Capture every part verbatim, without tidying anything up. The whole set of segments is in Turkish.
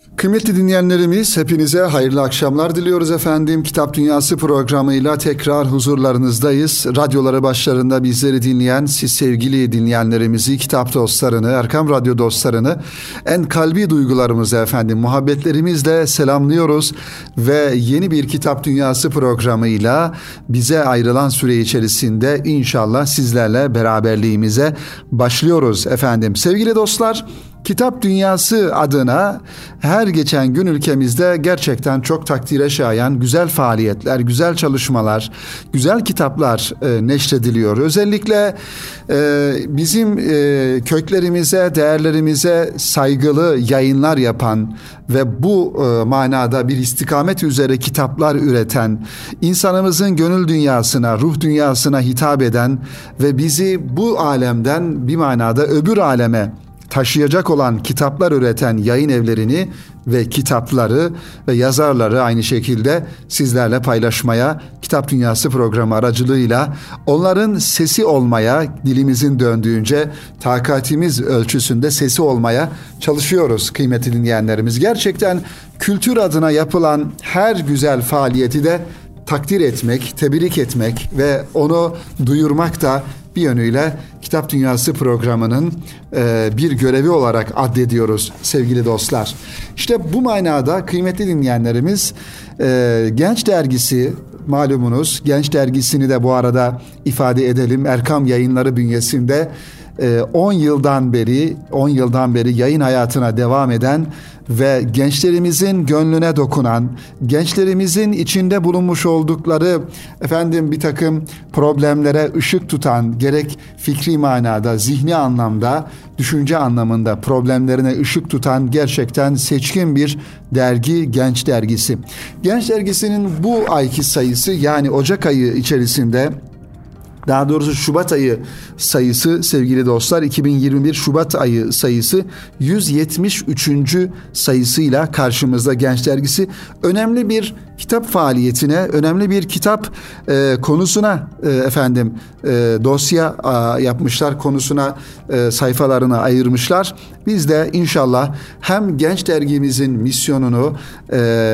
Kıymetli dinleyenlerimiz, hepinize hayırlı akşamlar diliyoruz efendim. Kitap Dünyası programıyla tekrar huzurlarınızdayız. Radyoları başlarında bizleri dinleyen siz sevgili dinleyenlerimizi, kitap dostlarını, Erkam Radyo dostlarını en kalbi duygularımızla efendim, muhabbetlerimizle selamlıyoruz. Ve yeni bir Kitap Dünyası programıyla bize ayrılan süre içerisinde inşallah sizlerle beraberliğimize başlıyoruz efendim. Sevgili dostlar, Kitap Dünyası adına her geçen gün ülkemizde gerçekten çok takdire şayan güzel faaliyetler, güzel çalışmalar, güzel kitaplar e, neşrediliyor. Özellikle e, bizim e, köklerimize, değerlerimize saygılı yayınlar yapan ve bu e, manada bir istikamet üzere kitaplar üreten, insanımızın gönül dünyasına, ruh dünyasına hitap eden ve bizi bu alemden bir manada öbür aleme taşıyacak olan kitaplar üreten yayın evlerini ve kitapları ve yazarları aynı şekilde sizlerle paylaşmaya, Kitap Dünyası programı aracılığıyla onların sesi olmaya, dilimizin döndüğünce takatimiz ölçüsünde sesi olmaya çalışıyoruz kıymetli dinleyenlerimiz. Gerçekten kültür adına yapılan her güzel faaliyeti de takdir etmek, tebrik etmek ve onu duyurmak da bir yönüyle Kitap Dünyası programının e, bir görevi olarak addediyoruz sevgili dostlar. İşte bu manada kıymetli dinleyenlerimiz, e, Genç Dergisi, malumunuz Genç Dergisi'ni de bu arada ifade edelim. Erkam Yayınları bünyesinde on yıldan beri on yıldan beri yayın hayatına devam eden ve gençlerimizin gönlüne dokunan, gençlerimizin içinde bulunmuş oldukları efendim bir takım problemlere ışık tutan, gerek fikri manada, zihni anlamda, düşünce anlamında problemlerine ışık tutan gerçekten seçkin bir dergi Genç Dergisi. Genç Dergisi'nin bu ayki sayısı, yani Ocak ayı içerisinde, daha doğrusu Şubat ayı sayısı sevgili dostlar, iki bin yirmi bir Şubat ayı sayısı yüz yetmiş üçüncü sayısıyla karşımızda. Genç Dergisi önemli bir kitap faaliyetine, önemli bir kitap e, konusuna e, efendim e, dosya a, yapmışlar, konusuna e, sayfalarını ayırmışlar. Biz de inşallah hem Genç Dergimizin misyonunu e,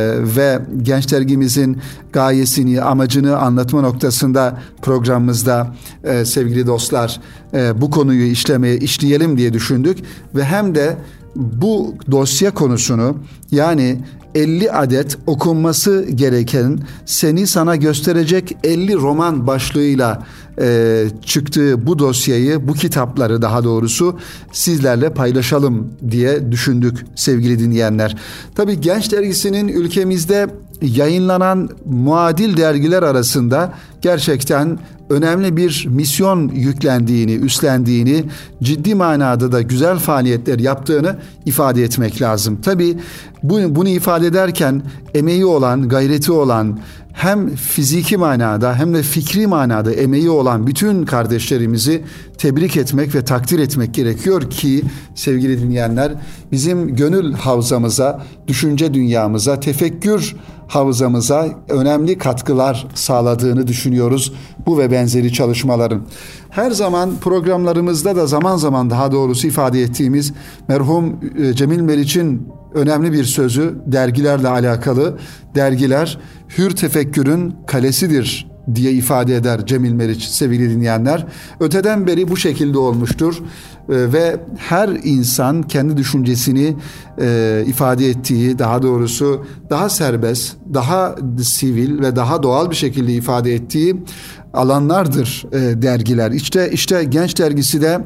ve Genç Dergimizin gayesini, amacını anlatma noktasında programımızda e, sevgili dostlar e, bu konuyu işlemeye işleyelim diye düşündük ve hem de bu dosya konusunu, yani elli adet okunması gereken seni sana gösterecek elli roman başlığıyla e, çıktığı bu dosyayı, bu kitapları daha doğrusu sizlerle paylaşalım diye düşündük sevgili dinleyenler. Tabii Genç Dergisi'nin ülkemizde yayınlanan muadil dergiler arasında gerçekten önemli bir misyon yüklendiğini, üstlendiğini, ciddi manada da güzel faaliyetler yaptığını ifade etmek lazım. Tabii bu, bunu ifade ederken emeği olan, gayreti olan, hem fiziki manada hem de fikri manada emeği olan bütün kardeşlerimizi tebrik etmek ve takdir etmek gerekiyor ki sevgili dinleyenler, bizim gönül havzamıza, düşünce dünyamıza, tefekkür havzamıza önemli katkılar sağladığını düşünüyoruz bu ve benzeri çalışmaların. Her zaman programlarımızda da zaman zaman daha doğrusu ifade ettiğimiz merhum Cemil Meriç'in önemli bir sözü dergilerle alakalı. Dergiler hür tefekkürün kalesidir diye ifade eder Cemil Meriç sevgili dinleyenler. Öteden beri bu şekilde olmuştur ve her insan kendi düşüncesini e, ifade ettiği, daha doğrusu daha serbest, daha sivil ve daha doğal bir şekilde ifade ettiği alanlardır e, dergiler. İşte işte Genç Dergisi de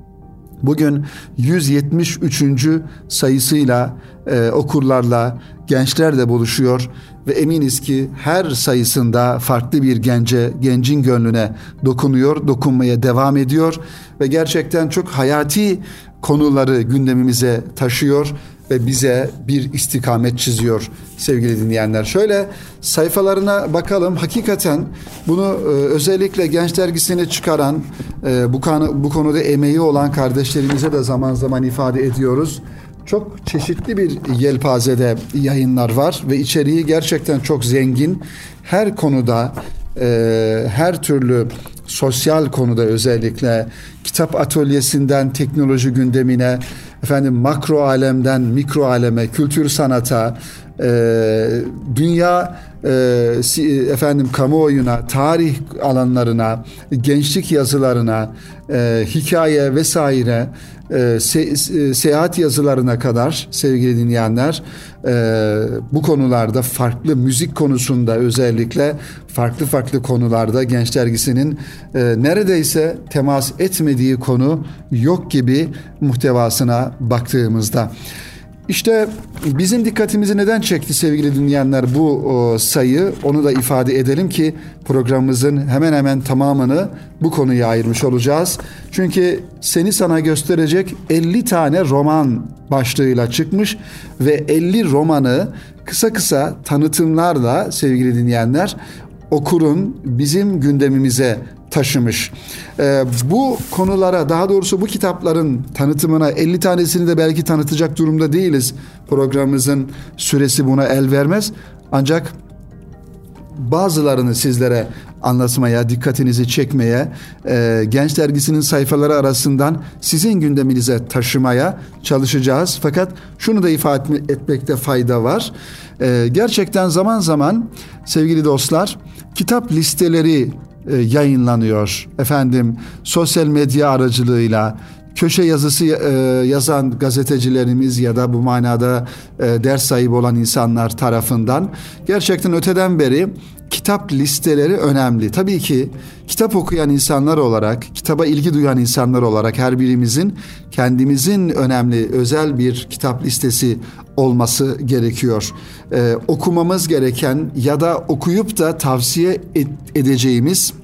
bugün yüz yetmiş üçüncü sayısıyla e, okurlarla, gençler de buluşuyor ve eminiz ki her sayısında farklı bir gence, gencin gönlüne dokunuyor, dokunmaya devam ediyor ve gerçekten çok hayati konuları gündemimize taşıyor ve bize bir istikamet çiziyor sevgili dinleyenler. Şöyle sayfalarına bakalım. Hakikaten bunu e, özellikle Genç Dergisi'ni çıkaran, e, bu, konu, bu konuda emeği olan kardeşlerimize de zaman zaman ifade ediyoruz. Çok çeşitli bir yelpazede yayınlar var ve içeriği gerçekten çok zengin. Her konuda, e, her türlü sosyal konuda, özellikle kitap atölyesinden teknoloji gündemine, efendim makro alemden mikro aleme, kültür sanata, e, dünya e, efendim kamuoyuna, tarih alanlarına, gençlik yazılarına, e, hikaye vesaire, e, se, se, seyahat yazılarına kadar sevgili dinleyenler, e, bu konularda farklı müzik konusunda özellikle farklı farklı konularda Genç Dergisi'nin e, neredeyse temas etmediği konu yok gibi muhtevasına baktığımızda. İşte bizim dikkatimizi neden çekti sevgili dinleyenler bu o, sayı, onu da ifade edelim ki programımızın hemen hemen tamamını bu konuya ayırmış olacağız. Çünkü Seni Sana Gösterecek elli tane roman başlığıyla çıkmış ve elli romanı kısa kısa tanıtımlarla sevgili dinleyenler okurun bizim gündemimize taşımış. Ee, bu konulara, daha doğrusu bu kitapların tanıtımına elli tanesini de belki tanıtacak durumda değiliz. Programımızın süresi buna el vermez. Ancak bazılarını sizlere anlatmaya, dikkatinizi çekmeye, e, Genç Dergisi'nin sayfaları arasından sizin gündeminize taşımaya çalışacağız. Fakat şunu da ifade etmekte fayda var. E, gerçekten zaman zaman sevgili dostlar, kitap listeleri e, yayınlanıyor. Efendim sosyal medya aracılığıyla köşe yazısı e, yazan gazetecilerimiz ya da bu manada e, ders sahibi olan insanlar tarafından gerçekten öteden beri kitap listeleri önemli. Tabii ki kitap okuyan insanlar olarak, kitaba ilgi duyan insanlar olarak her birimizin kendimizin önemli, özel bir kitap listesi olması gerekiyor. Ee, okumamız gereken ya da okuyup da tavsiye et, edeceğimiz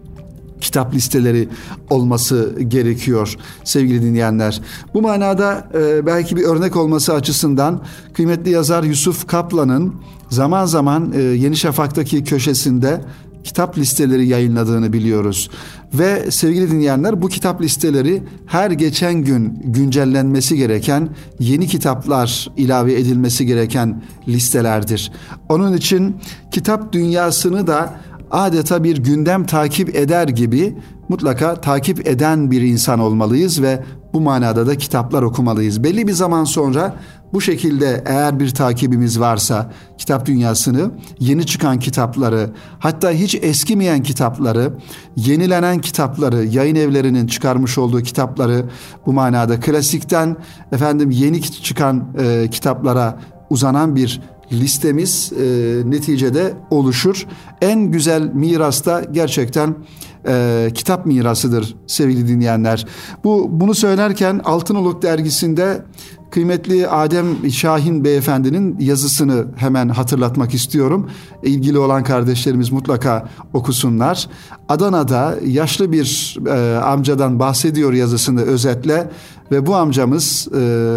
kitap listeleri olması gerekiyor sevgili dinleyenler. Bu manada e, belki bir örnek olması açısından kıymetli yazar Yusuf Kaplan'ın zaman zaman e, Yeni Şafak'taki köşesinde kitap listeleri yayınladığını biliyoruz. Ve sevgili dinleyenler, bu kitap listeleri her geçen gün güncellenmesi gereken, yeni kitaplar ilave edilmesi gereken listelerdir. Onun için kitap dünyasını da adeta bir gündem takip eder gibi mutlaka takip eden bir insan olmalıyız ve bu manada da kitaplar okumalıyız. Belli bir zaman sonra bu şekilde eğer bir takibimiz varsa kitap dünyasını, yeni çıkan kitapları, hatta hiç eskimeyen kitapları, yenilenen kitapları, yayın evlerinin çıkarmış olduğu kitapları, bu manada klasikten efendim yeni çıkan e, kitaplara uzanan bir listemiz e, neticede oluşur. En güzel miras da gerçekten e, kitap mirasıdır sevgili dinleyenler. Bu bunu söylerken Altınoluk dergisinde kıymetli Adem Şahin beyefendinin yazısını hemen hatırlatmak istiyorum. İlgili olan kardeşlerimiz mutlaka okusunlar. Adana'da yaşlı bir e, amcadan bahsediyor yazısını özetle ve bu amcamız e,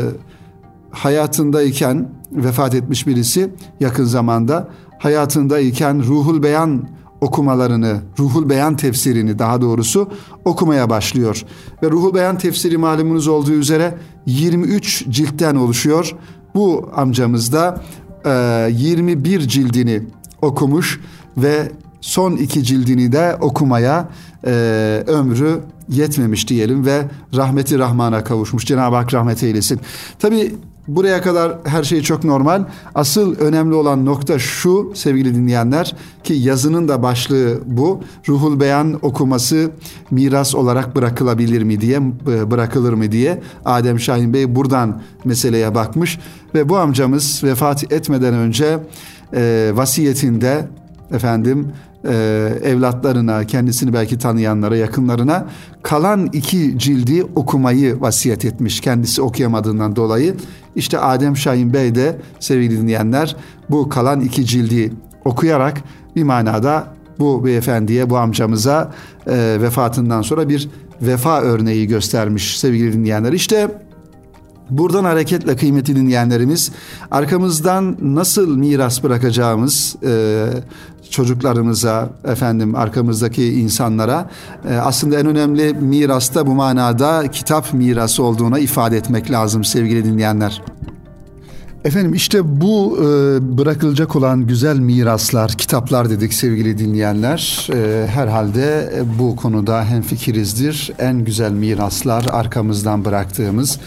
hayatındayken vefat etmiş birisi, yakın zamanda hayatındayken Ruhul Beyan okumalarını, Ruhul Beyan tefsirini daha doğrusu okumaya başlıyor. Ve Ruhul Beyan tefsiri malumunuz olduğu üzere yirmi üç ciltten oluşuyor. Bu amcamız da e, yirmi bir cildini okumuş ve son iki cildini de okumaya e, ömrü yetmemiş diyelim ve rahmeti Rahman'a kavuşmuş. Cenab-ı Hak rahmet eylesin. Tabii buraya kadar her şey çok normal. Asıl önemli olan nokta şu sevgili dinleyenler, ki yazının da başlığı bu. Ruhul Beyan okuması miras olarak bırakılabilir mi diye, bırakılır mı diye Adem Şahin Bey buradan meseleye bakmış ve bu amcamız vefat etmeden önce e, vasiyetinde efendim e, evlatlarına, kendisini belki tanıyanlara, yakınlarına kalan iki cildi okumayı vasiyet etmiş, kendisi okuyamadığından dolayı. İşte Adem Şahin Bey de sevgili dinleyenler bu kalan iki cildi okuyarak bir manada bu beyefendiye, bu amcamıza e, vefatından sonra bir vefa örneği göstermiş sevgili dinleyenler. İşte buradan hareketle kıymetli dinleyenlerimiz, arkamızdan nasıl miras bırakacağımız e, çocuklarımıza, efendim arkamızdaki insanlara e, aslında en önemli miras da bu manada kitap mirası olduğuna ifade etmek lazım sevgili dinleyenler. Efendim işte bu e, bırakılacak olan güzel miraslar, kitaplar dedik sevgili dinleyenler. E, herhalde bu konuda hemfikirizdir. En güzel miraslar arkamızdan bıraktığımız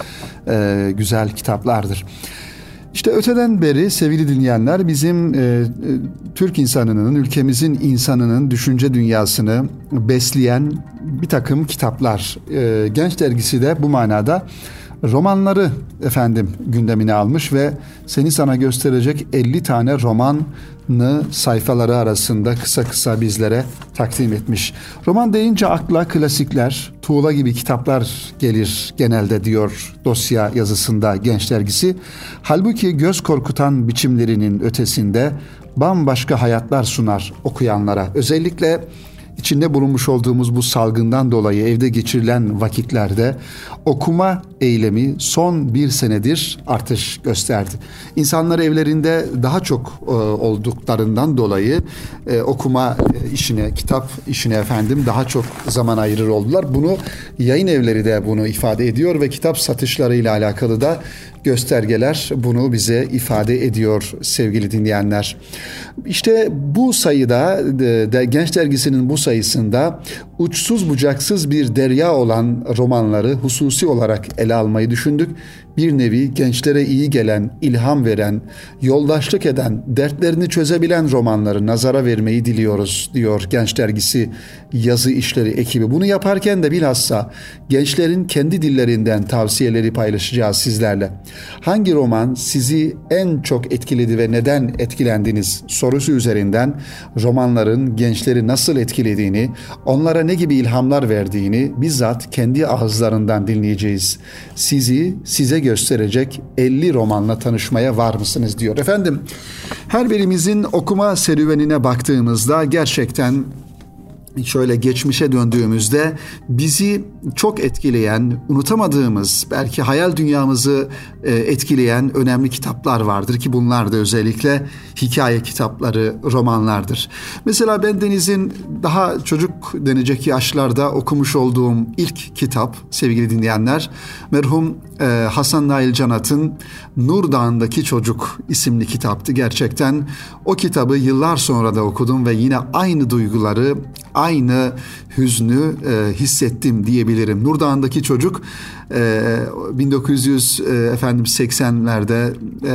e, güzel kitaplardır. İşte öteden beri sevgili dinleyenler bizim e, e, Türk insanının, ülkemizin insanının düşünce dünyasını besleyen bir takım kitaplar. E, Genç Dergisi de bu manada romanları efendim gündemine almış ve seni sana gösterecek elli tane romanı sayfaları arasında kısa kısa bizlere takdim etmiş. Roman deyince akla klasikler, tuğla gibi kitaplar gelir genelde diyor dosya yazısında Genç Dergisi. Halbuki göz korkutan biçimlerinin ötesinde bambaşka hayatlar sunar okuyanlara. Özellikle İçinde bulunmuş olduğumuz bu salgından dolayı evde geçirilen vakitlerde okuma eylemi son bir senedir artış gösterdi. İnsanlar evlerinde daha çok e, olduklarından dolayı e, okuma işine, kitap işine efendim daha çok zaman ayırır oldular. Bunu yayın evleri de bunu ifade ediyor ve kitap satışlarıyla alakalı da göstergeler bunu bize ifade ediyor sevgili dinleyenler. İşte bu sayıda de, de, Genç Dergisi'nin bu sayısında uçsuz bucaksız bir derya olan romanları hususi olarak ele almayı düşündük. Bir nevi gençlere iyi gelen, ilham veren, yoldaşlık eden, dertlerini çözebilen romanları nazara vermeyi diliyoruz diyor Genç Dergisi yazı işleri ekibi. Bunu yaparken de bilhassa gençlerin kendi dillerinden tavsiyeleri paylaşacağız sizlerle. Hangi roman sizi en çok etkiledi ve neden etkilendiniz sorusu üzerinden romanların gençleri nasıl etkilediğini, onlara ne gibi ilhamlar verdiğini bizzat kendi ağızlarından dinleyeceğiz. Sizi size gösterecek elli romanla tanışmaya var mısınız diyor. Efendim her birimizin okuma serüvenine baktığımızda gerçekten şöyle geçmişe döndüğümüzde bizi çok etkileyen, unutamadığımız, belki hayal dünyamızı etkileyen önemli kitaplar vardır ki bunlar da özellikle hikaye kitapları, romanlardır. Mesela ben Deniz'in daha çocuk denecek yaşlarda okumuş olduğum ilk kitap sevgili dinleyenler, merhum Hasan Nail Canat'ın Nur Dağı'ndaki Çocuk isimli kitaptı. Gerçekten o kitabı yıllar sonra da okudum ve yine aynı duyguları, aynı hüznü e, hissettim diyebilirim. Nur Dağı'ndaki Çocuk e, bin dokuz yüz e, efendim seksenlerde,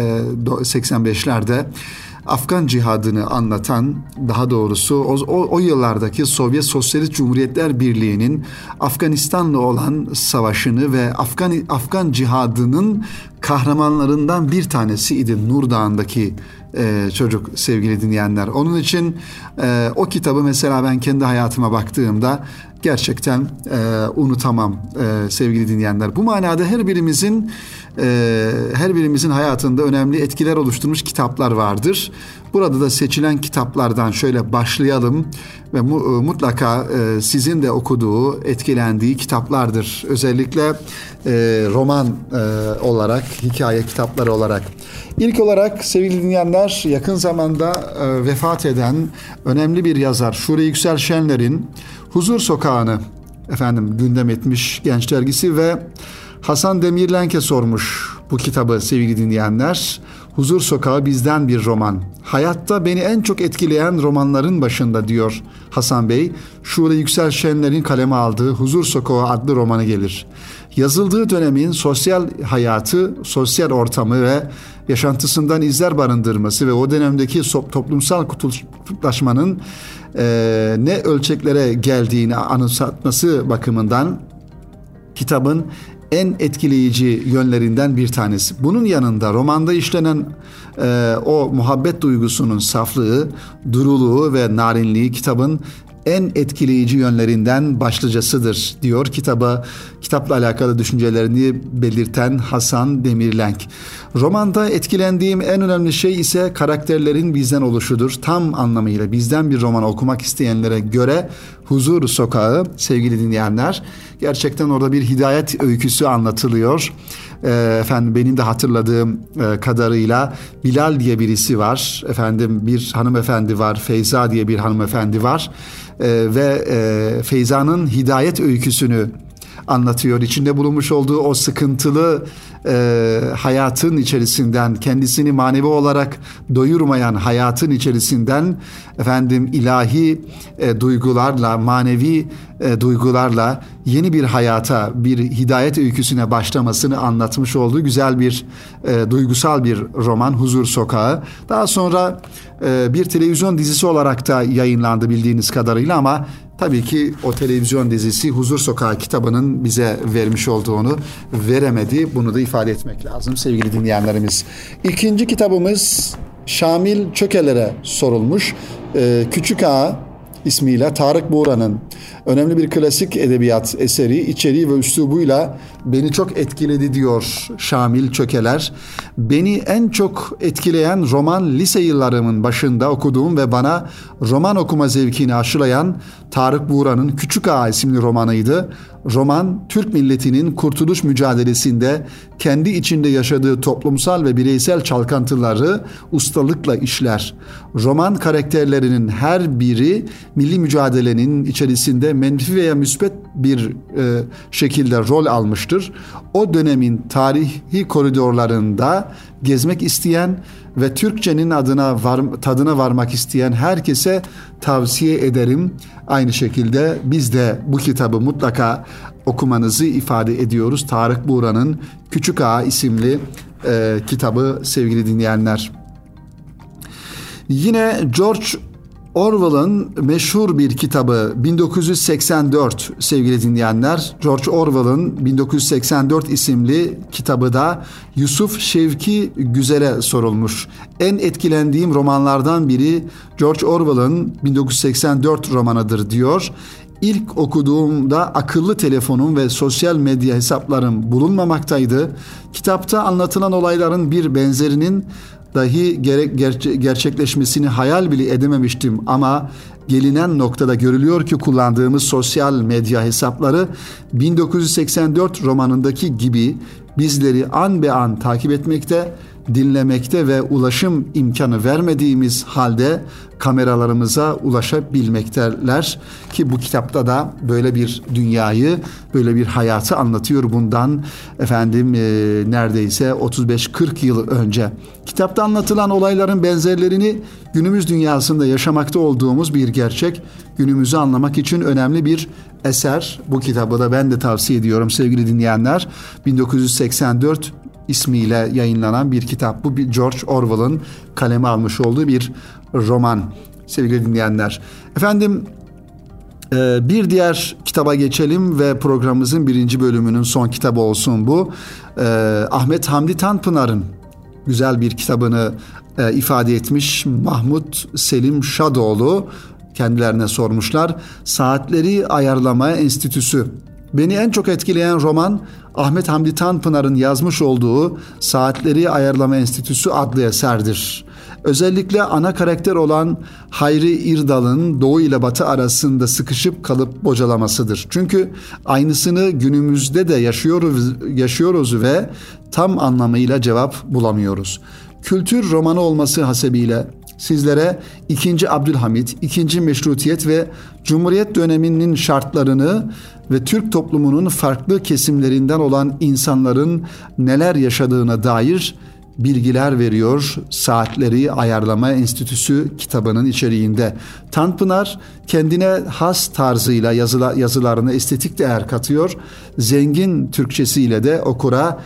e, seksen beşlerde Afgan cihadını anlatan, daha doğrusu o, o, o yıllardaki Sovyet Sosyalist Cumhuriyetler Birliği'nin Afganistan'la olan savaşını ve Afgan Afgan cihadının kahramanlarından bir tanesiydi Nur Dağı'ndaki e, çocuk sevgili dinleyenler. Onun için e, o kitabı mesela ben kendi hayatıma baktığımda gerçekten e, unutamam e, sevgili dinleyenler. Bu manada her birimizin e, her birimizin hayatında önemli etkiler oluşturmuş kitaplar vardır. Burada da seçilen kitaplardan şöyle başlayalım ve mu, mutlaka e, sizin de okuduğu, etkilendiği kitaplardır. Özellikle e, roman e, olarak, hikaye kitapları olarak. İlk olarak sevgili dinleyenler, yakın zamanda e, vefat eden önemli bir yazar Şule Yüksel Şenler'in Huzur Sokağı'nı efendim gündem etmiş Genç Dergisi ve Hasan Demirlenk'e sormuş bu kitabı sevgili dinleyenler. Huzur Sokağı bizden bir roman. Hayatta beni en çok etkileyen romanların başında diyor Hasan Bey. Şule Yüksel Şenler'in kaleme aldığı Huzur Sokağı adlı romanı gelir. Yazıldığı dönemin sosyal hayatı, sosyal ortamı ve yaşantısından izler barındırması ve o dönemdeki toplumsal kutuplaşmanın e, ne ölçeklere geldiğini anımsatması bakımından kitabın en etkileyici yönlerinden bir tanesi. Bunun yanında romanda işlenen e, o muhabbet duygusunun saflığı, duruluğu ve narinliği kitabın en etkileyici yönlerinden başlıcasıdır diyor kitaba, kitapla alakalı düşüncelerini belirten Hasan Demirlenk. Romanda etkilendiğim en önemli şey ise karakterlerin bizden oluşudur. Tam anlamıyla bizden bir roman okumak isteyenlere göre Huzur Sokağı sevgili dinleyenler, gerçekten orada bir hidayet öyküsü anlatılıyor. E, efendim benim de hatırladığım e, kadarıyla Bilal diye birisi var. Efendim bir hanımefendi var, Feyza diye bir hanımefendi var. E, ve e, Feyza'nın hidayet öyküsünü anlatıyor. İçinde bulunmuş olduğu o sıkıntılı e, hayatın içerisinden, kendisini manevi olarak doyurmayan hayatın içerisinden efendim ilahi e, duygularla, manevi e, duygularla yeni bir hayata, bir hidayet öyküsüne başlamasını anlatmış olduğu güzel bir e, duygusal bir roman Huzur Sokağı. Daha sonra e, bir televizyon dizisi olarak da yayınlandı bildiğiniz kadarıyla, ama tabii ki o televizyon dizisi Huzur Sokağı kitabının bize vermiş olduğunu veremedi. Bunu da ifade etmek lazım sevgili dinleyenlerimiz. İkinci kitabımız Şamil Çökeler'e sorulmuş. Ee, Küçük Ağa ismiyle Tarık Buğra'nın önemli bir klasik edebiyat eseri, içeriği ve üslubuyla beni çok etkiledi diyor Şamil Çökeler. Beni en çok etkileyen roman lise yıllarımın başında okuduğum ve bana roman okuma zevkini aşılayan Tarık Buğra'nın Küçük Ağa isimli romanıydı. Roman, Türk milletinin kurtuluş mücadelesinde kendi içinde yaşadığı toplumsal ve bireysel çalkantıları ustalıkla işler. Roman karakterlerinin her biri milli mücadelenin içerisinde menfi veya müspet bir e, şekilde rol almıştır. O dönemin tarihi koridorlarında gezmek isteyen ve Türkçenin adına var, tadına varmak isteyen herkese tavsiye ederim. Aynı şekilde biz de bu kitabı mutlaka okumanızı ifade ediyoruz. Tarık Buğra'nın Küçük Ağa isimli e, kitabı sevgili dinleyenler. Yine George Orwell'ın meşhur bir kitabı bin dokuz yüz seksen dört sevgili dinleyenler. George Orwell'ın bin dokuz yüz seksen dört isimli kitabı da Yusuf Şevki Güzel'e sorulmuş. En etkilendiğim romanlardan biri George Orwell'ın bin dokuz yüz seksen dört romanıdır diyor. İlk okuduğumda akıllı telefonum ve sosyal medya hesaplarım bulunmamaktaydı. Kitapta anlatılan olayların bir benzerinin dahi gerek, gerçe, gerçekleşmesini hayal bile edememiştim, ama gelinen noktada görülüyor ki kullandığımız sosyal medya hesapları bin dokuz yüz seksen dört romanındaki gibi bizleri an be an takip etmekte, dinlemekte ve ulaşım imkanı vermediğimiz halde kameralarımıza ulaşabilmekteler ki bu kitapta da böyle bir dünyayı, böyle bir hayatı anlatıyor bundan efendim e, neredeyse otuz beş kırk yıl önce. Kitapta anlatılan olayların benzerlerini günümüz dünyasında yaşamakta olduğumuz bir gerçek. Günümüzü anlamak için önemli bir eser. Bu kitabı da ben de tavsiye ediyorum sevgili dinleyenler. bin dokuz yüz seksen dört ismiyle yayınlanan bir kitap. Bu bir George Orwell'ın kaleme almış olduğu bir roman sevgili dinleyenler. Efendim bir diğer kitaba geçelim ve programımızın birinci bölümünün son kitabı olsun bu. Ahmet Hamdi Tanpınar'ın güzel bir kitabını ifade etmiş Mahmut Selim Şadoğlu. Kendilerine sormuşlar. Saatleri Ayarlama Enstitüsü. Beni en çok etkileyen roman Ahmet Hamdi Tanpınar'ın yazmış olduğu Saatleri Ayarlama Enstitüsü adlı eserdir. Özellikle ana karakter olan Hayri İrdal'ın Doğu ile Batı arasında sıkışıp kalıp bocalamasıdır. Çünkü aynısını günümüzde de yaşıyoruz, yaşıyoruz ve tam anlamıyla cevap bulamıyoruz. Kültür romanı olması hasebiyle sizlere ikinci. Abdülhamit, ikinci. Meşrutiyet ve Cumhuriyet döneminin şartlarını ve Türk toplumunun farklı kesimlerinden olan insanların neler yaşadığına dair bilgiler veriyor Saatleri Ayarlama Enstitüsü kitabının içeriğinde. Tanpınar kendine has tarzıyla yazıla, yazılarına estetik değer katıyor. Zengin Türkçesiyle de okura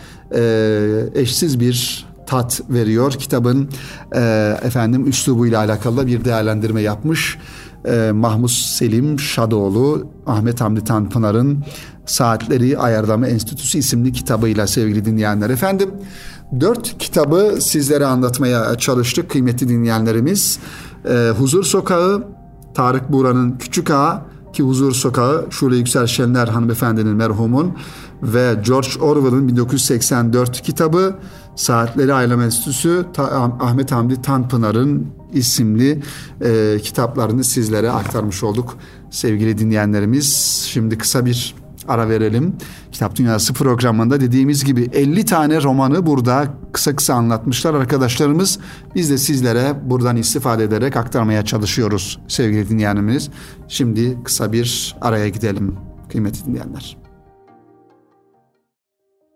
e, eşsiz bir tat veriyor. Kitabın e, efendim üslubuyla alakalı bir değerlendirme yapmış. E, Mahmut Selim Şadoğlu, Ahmet Hamdi Tanpınar'ın Saatleri Ayarlama Enstitüsü isimli kitabıyla sevgili dinleyenler. Efendim dört kitabı sizlere anlatmaya çalıştık kıymetli dinleyenlerimiz. E, Huzur Sokağı, Tarık Buğra'nın Küçük Ağa ki Huzur Sokağı Şule Yüksel Şenler hanımefendinin merhumun ve George Orwell'ın bin dokuz yüz seksen dört kitabı Saatleri Ayarlama Enstitüsü Ahmet Hamdi Tanpınar'ın isimli e, kitaplarını sizlere aktarmış olduk sevgili dinleyenlerimiz. Şimdi kısa bir ara verelim. Kitap Dünyası programında dediğimiz gibi elli tane romanı burada kısa kısa anlatmışlar arkadaşlarımız. Biz de sizlere buradan istifade ederek aktarmaya çalışıyoruz sevgili dinleyenlerimiz. Şimdi kısa bir araya gidelim kıymetli dinleyenler.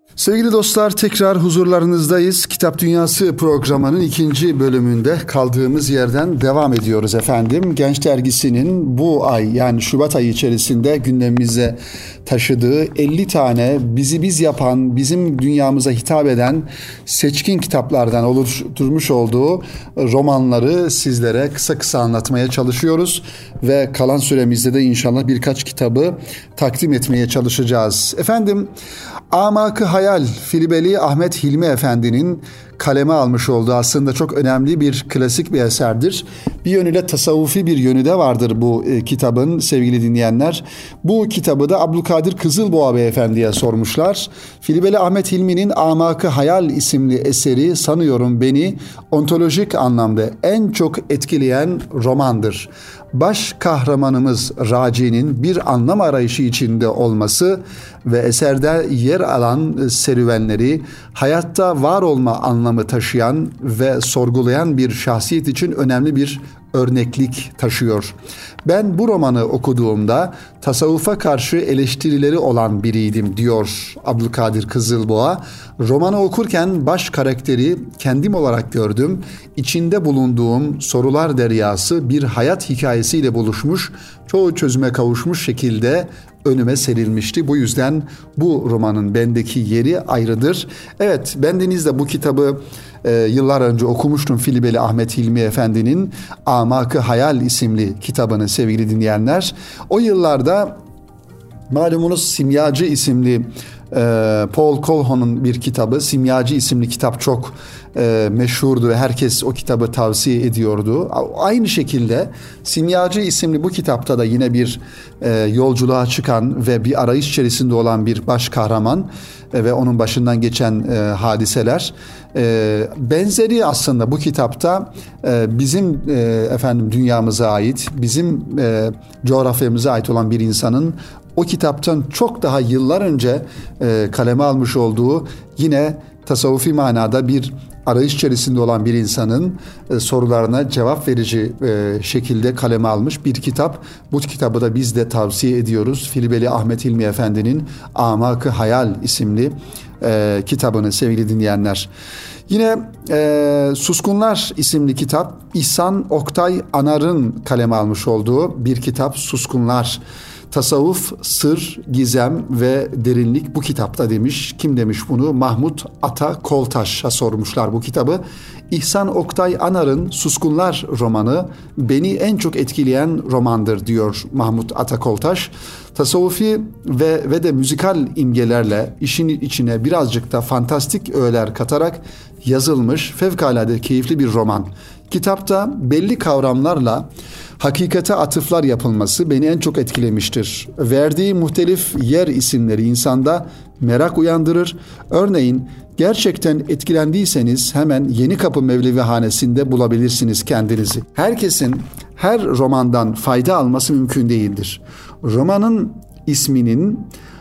Sevgili dostlar, tekrar huzurlarınızdayız. Kitap Dünyası programının ikinci bölümünde kaldığımız yerden devam ediyoruz efendim. Genç Dergisi'nin bu ay, yani Şubat ayı içerisinde gündemimize taşıdığı elli tane bizi biz yapan, bizim dünyamıza hitap eden seçkin kitaplardan oluşturmuş olduğu romanları sizlere kısa kısa anlatmaya çalışıyoruz. Ve kalan süremizde de inşallah birkaç kitabı takdim etmeye çalışacağız. Efendim, Amak-ı Hayal, Filibeli Ahmet Hilmi Efendi'nin kaleme almış olduğu aslında çok önemli bir klasik bir eserdir. Bir yönüyle tasavvufi bir yönü de vardır bu e, kitabın sevgili dinleyenler. Bu kitabı da Abdülkadir Kızılboğa Beyefendi'ye sormuşlar. Filibeli Ahmet Hilmi'nin Amak-ı Hayal isimli eseri sanıyorum beni ontolojik anlamda en çok etkileyen romandır. Baş kahramanımız Raci'nin bir anlam arayışı içinde olması ve eserde yer alan serüvenleri hayatta var olma anlamı taşıyan ve sorgulayan bir şahsiyet için önemli bir örneklik taşıyor. Ben bu romanı okuduğumda tasavvufa karşı eleştirileri olan biriydim diyor Abdülkadir Kızılboğa. Romanı okurken baş karakteri kendim olarak gördüm. İçinde bulunduğum sorular deryası bir hayat hikayesiyle buluşmuş, çoğu çözüme kavuşmuş şekilde önüme serilmişti. Bu yüzden bu romanın bendeki yeri ayrıdır. Evet, bendeniz de bu kitabı e, yıllar önce okumuştum. Filibeli Ahmet Hilmi Efendi'nin Amak-ı Hayal isimli kitabını sevgili dinleyenler. O yıllarda malumunuz Simyacı isimli e, Paul Colhoun'un bir kitabı, Simyacı isimli kitap çok e, meşhurdu ve herkes o kitabı tavsiye ediyordu. Aynı şekilde Simyacı isimli bu kitapta da yine bir e, yolculuğa çıkan ve bir arayış içerisinde olan bir baş kahraman e, ve onun başından geçen e, hadiseler. E, benzeri aslında bu kitapta e, bizim e, efendim dünyamıza ait, bizim e, coğrafyamıza ait olan bir insanın o kitaptan çok daha yıllar önce e, kaleme almış olduğu yine tasavvufi manada bir arayış içerisinde olan bir insanın e, sorularına cevap verici e, şekilde kaleme almış bir kitap. Bu kitabı da biz de tavsiye ediyoruz. Filibeli Ahmet Hilmi Efendi'nin Amak-ı Hayal isimli e, kitabını sevgili dinleyenler. Yine e, Suskunlar isimli kitap İhsan Oktay Anar'ın kaleme almış olduğu bir kitap Suskunlar. Tasavvuf, sır, gizem ve derinlik bu kitapta demiş. Kim demiş bunu? Mahmut Ata Koltaş'a sormuşlar bu kitabı. İhsan Oktay Anar'ın Suskunlar romanı beni en çok etkileyen romandır diyor Mahmut Ata Koltaş. Tasavvufi ve, ve de müzikal imgelerle işin içine birazcık da fantastik öğeler katarak yazılmış fevkalade keyifli bir roman. Kitapta belli kavramlarla hakikate atıflar yapılması beni en çok etkilemiştir. Verdiği muhtelif yer isimleri insanda merak uyandırır. Örneğin gerçekten etkilendiyseniz hemen Yenikapı Mevlevihanesi'nde bulabilirsiniz kendinizi. Herkesin her romandan fayda alması mümkün değildir. Romanın isminin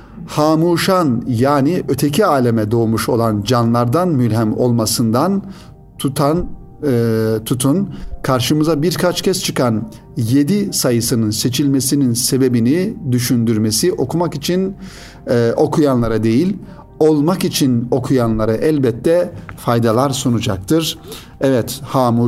hamuşan yani öteki aleme doğmuş olan canlardan mülhem olmasından tutan e, tutun karşımıza birkaç kez çıkan yedi sayısının seçilmesinin sebebini düşündürmesi okumak için e, okuyanlara değil, olmak için okuyanlara elbette faydalar sunacaktır. Evet,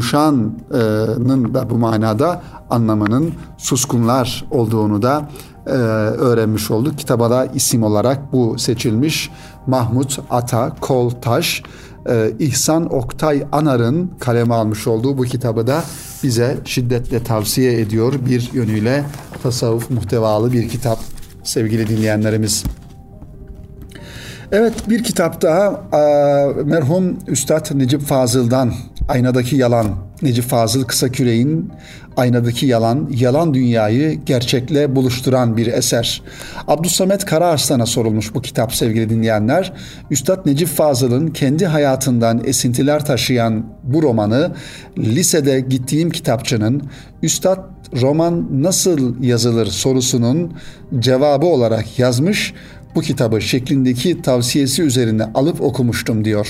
hamuşanın da bu manada anlamının suskunlar olduğunu da e, öğrenmiş olduk. Kitaba da isim olarak bu seçilmiş. Mahmut Ata Koltaş, e, İhsan Oktay Anar'ın kaleme almış olduğu bu kitabı da bize şiddetle tavsiye ediyor. Bir yönüyle tasavvuf muhtevalı bir kitap sevgili dinleyenlerimiz. Evet, bir kitap daha e, merhum Üstad Necip Fazıl'dan Aynadaki Yalan. Necip Fazıl Kısaküre'nin Aynadaki Yalan, yalan dünyayı gerçekle buluşturan bir eser. Abdülsamet Karaarslan'a sorulmuş bu kitap sevgili dinleyenler. Üstad Necip Fazıl'ın kendi hayatından esintiler taşıyan bu romanı lisede gittiğim kitapçının Üstad roman nasıl yazılır sorusunun cevabı olarak yazmış. Bu kitabı şeklindeki tavsiyesi üzerine alıp okumuştum diyor.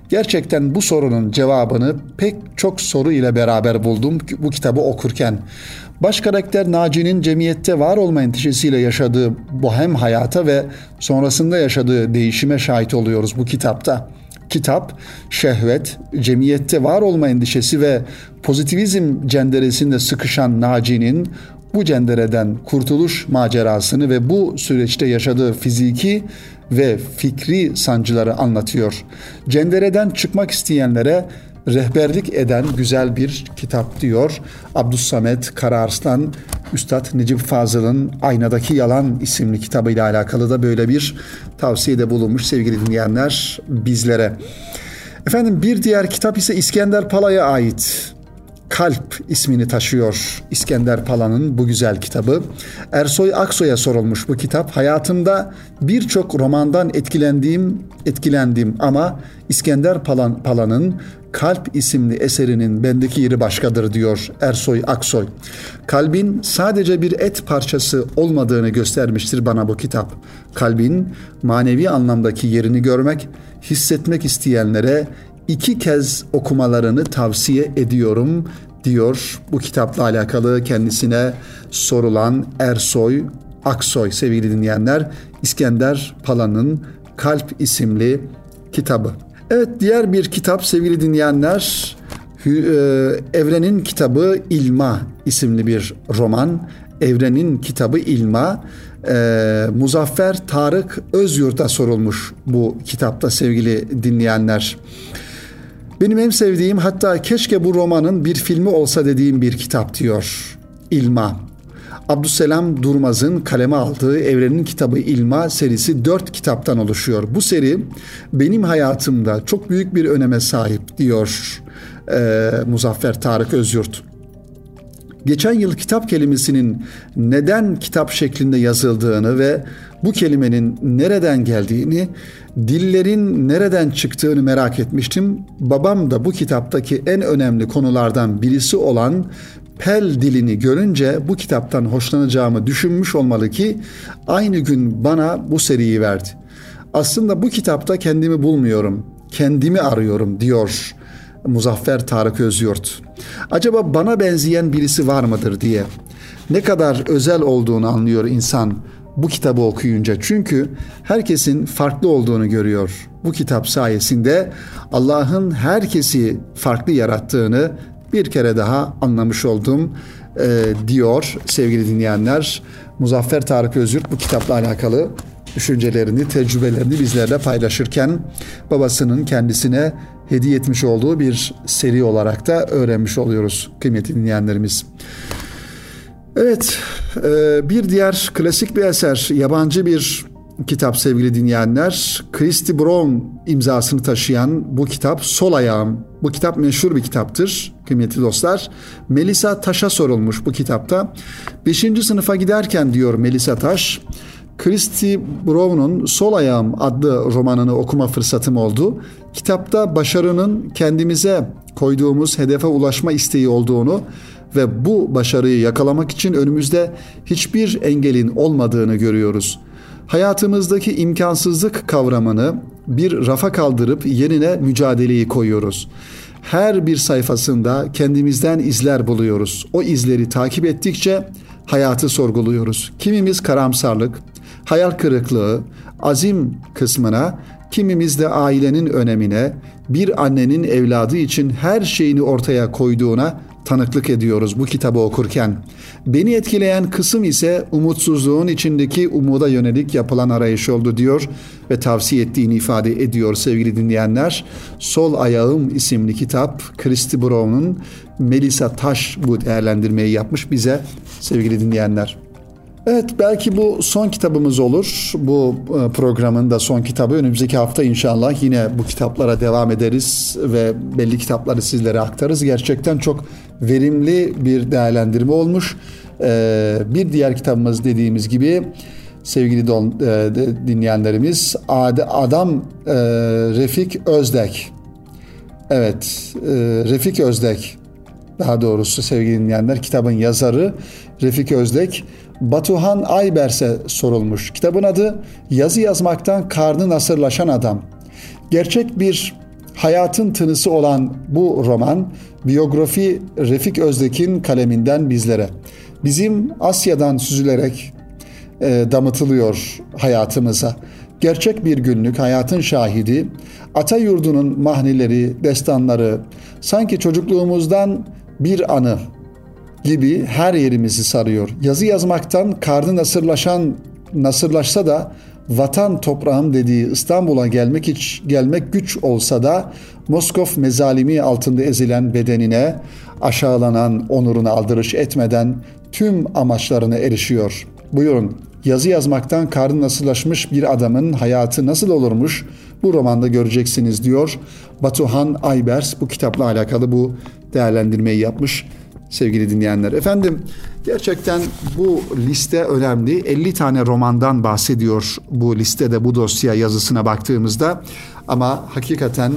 Gerçekten bu sorunun cevabını pek çok soru ile beraber buldum bu kitabı okurken. Baş karakter Naci'nin cemiyette var olma endişesiyle yaşadığı bohem hayata ve sonrasında yaşadığı değişime şahit oluyoruz bu kitapta. Kitap, şehvet, cemiyette var olma endişesi ve pozitivizm cenderesinde sıkışan Naci'nin bu cendereden kurtuluş macerasını ve bu süreçte yaşadığı fiziki ve fikri sancıları anlatıyor. Cendereden çıkmak isteyenlere rehberlik eden güzel bir kitap diyor Abdüssamet Karaarslan. Üstad Necip Fazıl'ın Aynadaki Yalan isimli kitabıyla alakalı da böyle bir tavsiyede bulunmuş sevgili dinleyenler bizlere. Efendim bir diğer kitap ise İskender Pala'ya ait. Kalp ismini taşıyor İskender Pala'nın bu güzel kitabı. Ersoy Aksoy'a sorulmuş bu kitap. Hayatımda birçok romandan etkilendiğim, etkilendim ama İskender Pala'nın Kalp isimli eserinin bendeki yeri başkadır diyor Ersoy Aksoy. Kalbin sadece bir et parçası olmadığını göstermiştir bana bu kitap. Kalbin manevi anlamdaki yerini görmek, hissetmek isteyenlere iki kez okumalarını tavsiye ediyorum diyor bu kitapla alakalı kendisine sorulan Ersoy Aksoy sevgili dinleyenler. İskender Pala'nın Kalp isimli kitabı. Evet, diğer bir kitap sevgili dinleyenler, Evren'in kitabı İlma isimli bir roman. Evren'in kitabı İlma, e, Muzaffer Tarık Özyurt'a sorulmuş bu kitapta sevgili dinleyenler. Benim en sevdiğim, hatta keşke bu romanın bir filmi olsa dediğim bir kitap diyor İlma. Abdüsselam Durmaz'ın kaleme aldığı Evren'in kitabı İlma serisi dört kitaptan oluşuyor. Bu seri benim hayatımda çok büyük bir öneme sahip diyor e, Muzaffer Tarık Özyurt. Geçen yıl kitap kelimesinin neden kitap şeklinde yazıldığını ve bu kelimenin nereden geldiğini, dillerin nereden çıktığını merak etmiştim. Babam da bu kitaptaki en önemli konulardan birisi olan Pel dilini görünce bu kitaptan hoşlanacağımı düşünmüş olmalı ki aynı gün bana bu seriyi verdi. Aslında bu kitapta kendimi bulmuyorum, kendimi arıyorum diyor Muzaffer Tarık Özyurt. Acaba bana benzeyen birisi var mıdır diye. Ne kadar özel olduğunu anlıyor insan bu kitabı okuyunca. Çünkü herkesin farklı olduğunu görüyor. Bu kitap sayesinde Allah'ın herkesi farklı yarattığını bir kere daha anlamış oldum e, diyor sevgili dinleyenler. Muzaffer Tarık Özyurt bu kitapla alakalı düşüncelerini, tecrübelerini bizlerle paylaşırken babasının kendisine hediye etmiş olduğu bir seri olarak da öğrenmiş oluyoruz kıymetli dinleyenlerimiz. Evet, bir diğer klasik bir eser, yabancı bir kitap sevgili dinleyenler. Christy Brown imzasını taşıyan bu kitap Sol Ayağım. Bu kitap meşhur bir kitaptır kıymetli dostlar. Melisa Taş'a sorulmuş bu kitapta. Beşinci sınıfa giderken diyor Melisa Taş, Christy Brown'un Sol Ayağım adlı romanını okuma fırsatım oldu. Kitapta başarının kendimize koyduğumuz hedefe ulaşma isteği olduğunu ve bu başarıyı yakalamak için önümüzde hiçbir engelin olmadığını görüyoruz. Hayatımızdaki imkansızlık kavramını bir rafa kaldırıp yerine mücadeleyi koyuyoruz. Her bir sayfasında kendimizden izler buluyoruz. O izleri takip ettikçe hayatı sorguluyoruz. Kimimiz karamsarlık, hayal kırıklığı, azim kısmına, kimimiz de ailenin önemine, bir annenin evladı için her şeyini ortaya koyduğuna tanıklık ediyoruz bu kitabı okurken. Beni etkileyen kısım ise umutsuzluğun içindeki umuda yönelik yapılan arayış oldu diyor ve tavsiye ettiğini ifade ediyor sevgili dinleyenler. Sol Ayağım isimli kitap, Christy Brown'un, Melisa Taş bu değerlendirmeyi yapmış bize sevgili dinleyenler. Evet, belki bu son kitabımız olur. Bu programın da son kitabı. Önümüzdeki hafta inşallah yine bu kitaplara devam ederiz ve belli kitapları sizlere aktarırız. Gerçekten çok verimli bir değerlendirme olmuş. Ee, bir diğer kitabımız dediğimiz gibi sevgili don, e, dinleyenlerimiz Ad, Adam e, Refik Özdek. Evet, e, Refik Özdek. Daha doğrusu sevgili dinleyenler, kitabın yazarı Refik Özdek. Batuhan Aybers'e sorulmuş. Kitabın adı Yazı Yazmaktan Karnı Nasırlaşan Adam. Gerçek bir hayatın tınısı olan bu roman, biyografi Refik Özdekin kaleminden bizlere, bizim Asya'dan süzülerek e, damıtılıyor hayatımıza. Gerçek bir günlük hayatın şahidi, ata yurdunun mahnileri, destanları, sanki çocukluğumuzdan bir anı gibi her yerimizi sarıyor. Yazı yazmaktan karnı nasırlaşan, nasırlaşsa da vatan toprağım dediği İstanbul'a gelmek hiç gelmek güç olsa da Moskov mezalimi altında ezilen bedenine, aşağılanan onuruna aldırış etmeden tüm amaçlarına erişiyor. Buyurun, yazı yazmaktan karnı nasırlaşmış bir adamın hayatı nasıl olurmuş bu romanda göreceksiniz diyor. Batuhan Aybers bu kitapla alakalı bu değerlendirmeyi yapmış sevgili dinleyenler. Efendim gerçekten bu liste önemli. elli tane romandan bahsediyor bu listede, bu dosya yazısına baktığımızda. Ama hakikaten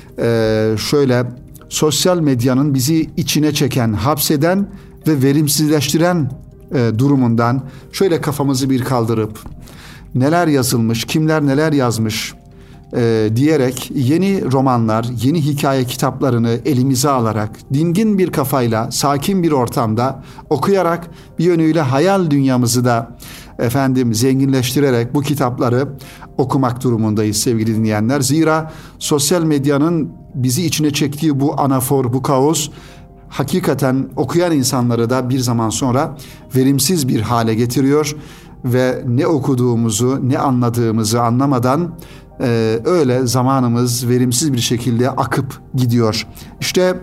şöyle sosyal medyanın bizi içine çeken, hapseden ve verimsizleştiren durumundan şöyle kafamızı bir kaldırıp neler yazılmış, kimler neler yazmış e, diyerek yeni romanlar, yeni hikaye kitaplarını elimize alarak dingin bir kafayla, sakin bir ortamda okuyarak bir yönüyle hayal dünyamızı da efendim zenginleştirerek bu kitapları okumak durumundayız sevgili dinleyenler. Zira sosyal medyanın bizi içine çektiği bu anafor, bu kaos hakikaten okuyan insanları da bir zaman sonra verimsiz bir hale getiriyor ve ne okuduğumuzu, ne anladığımızı anlamadan e, öyle zamanımız verimsiz bir şekilde akıp gidiyor. İşte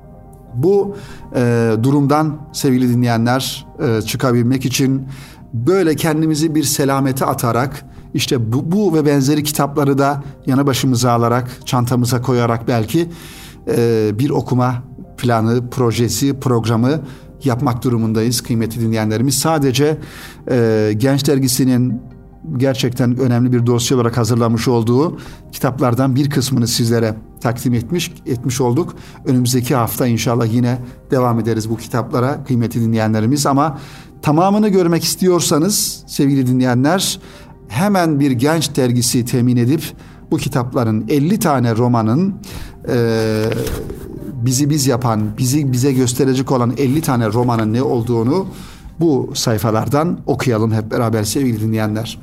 bu e, durumdan sevgili dinleyenler e, çıkabilmek için böyle kendimizi bir selamete atarak işte bu, bu ve benzeri kitapları da yanı başımıza alarak, çantamıza koyarak belki e, bir okuma planı, projesi, programı yapmak durumundayız kıymetli dinleyenlerimiz. Sadece e, Genç Dergisi'nin gerçekten önemli bir dosya olarak hazırlamış olduğu kitaplardan bir kısmını sizlere takdim etmiş etmiş olduk. Önümüzdeki hafta inşallah yine devam ederiz bu kitaplara kıymetli dinleyenlerimiz. Ama tamamını görmek istiyorsanız sevgili dinleyenler hemen bir Genç Dergisi temin edip bu kitapların elli tane romanın e, bizi biz yapan, bizi bize gösterecek olan elli tane romanın ne olduğunu bu sayfalardan okuyalım hep beraber sevgili dinleyenler.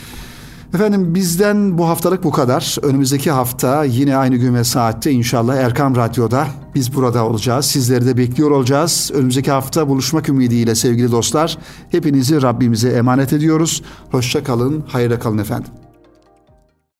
Efendim bizden bu haftalık bu kadar. Önümüzdeki hafta yine aynı gün ve saatte inşallah Erkam Radyo'da biz burada olacağız. Sizleri de bekliyor olacağız. Önümüzdeki hafta buluşmak ümidiyle sevgili dostlar. Hepinizi Rabbimize emanet ediyoruz. Hoşça kalın, hayırla kalın efendim.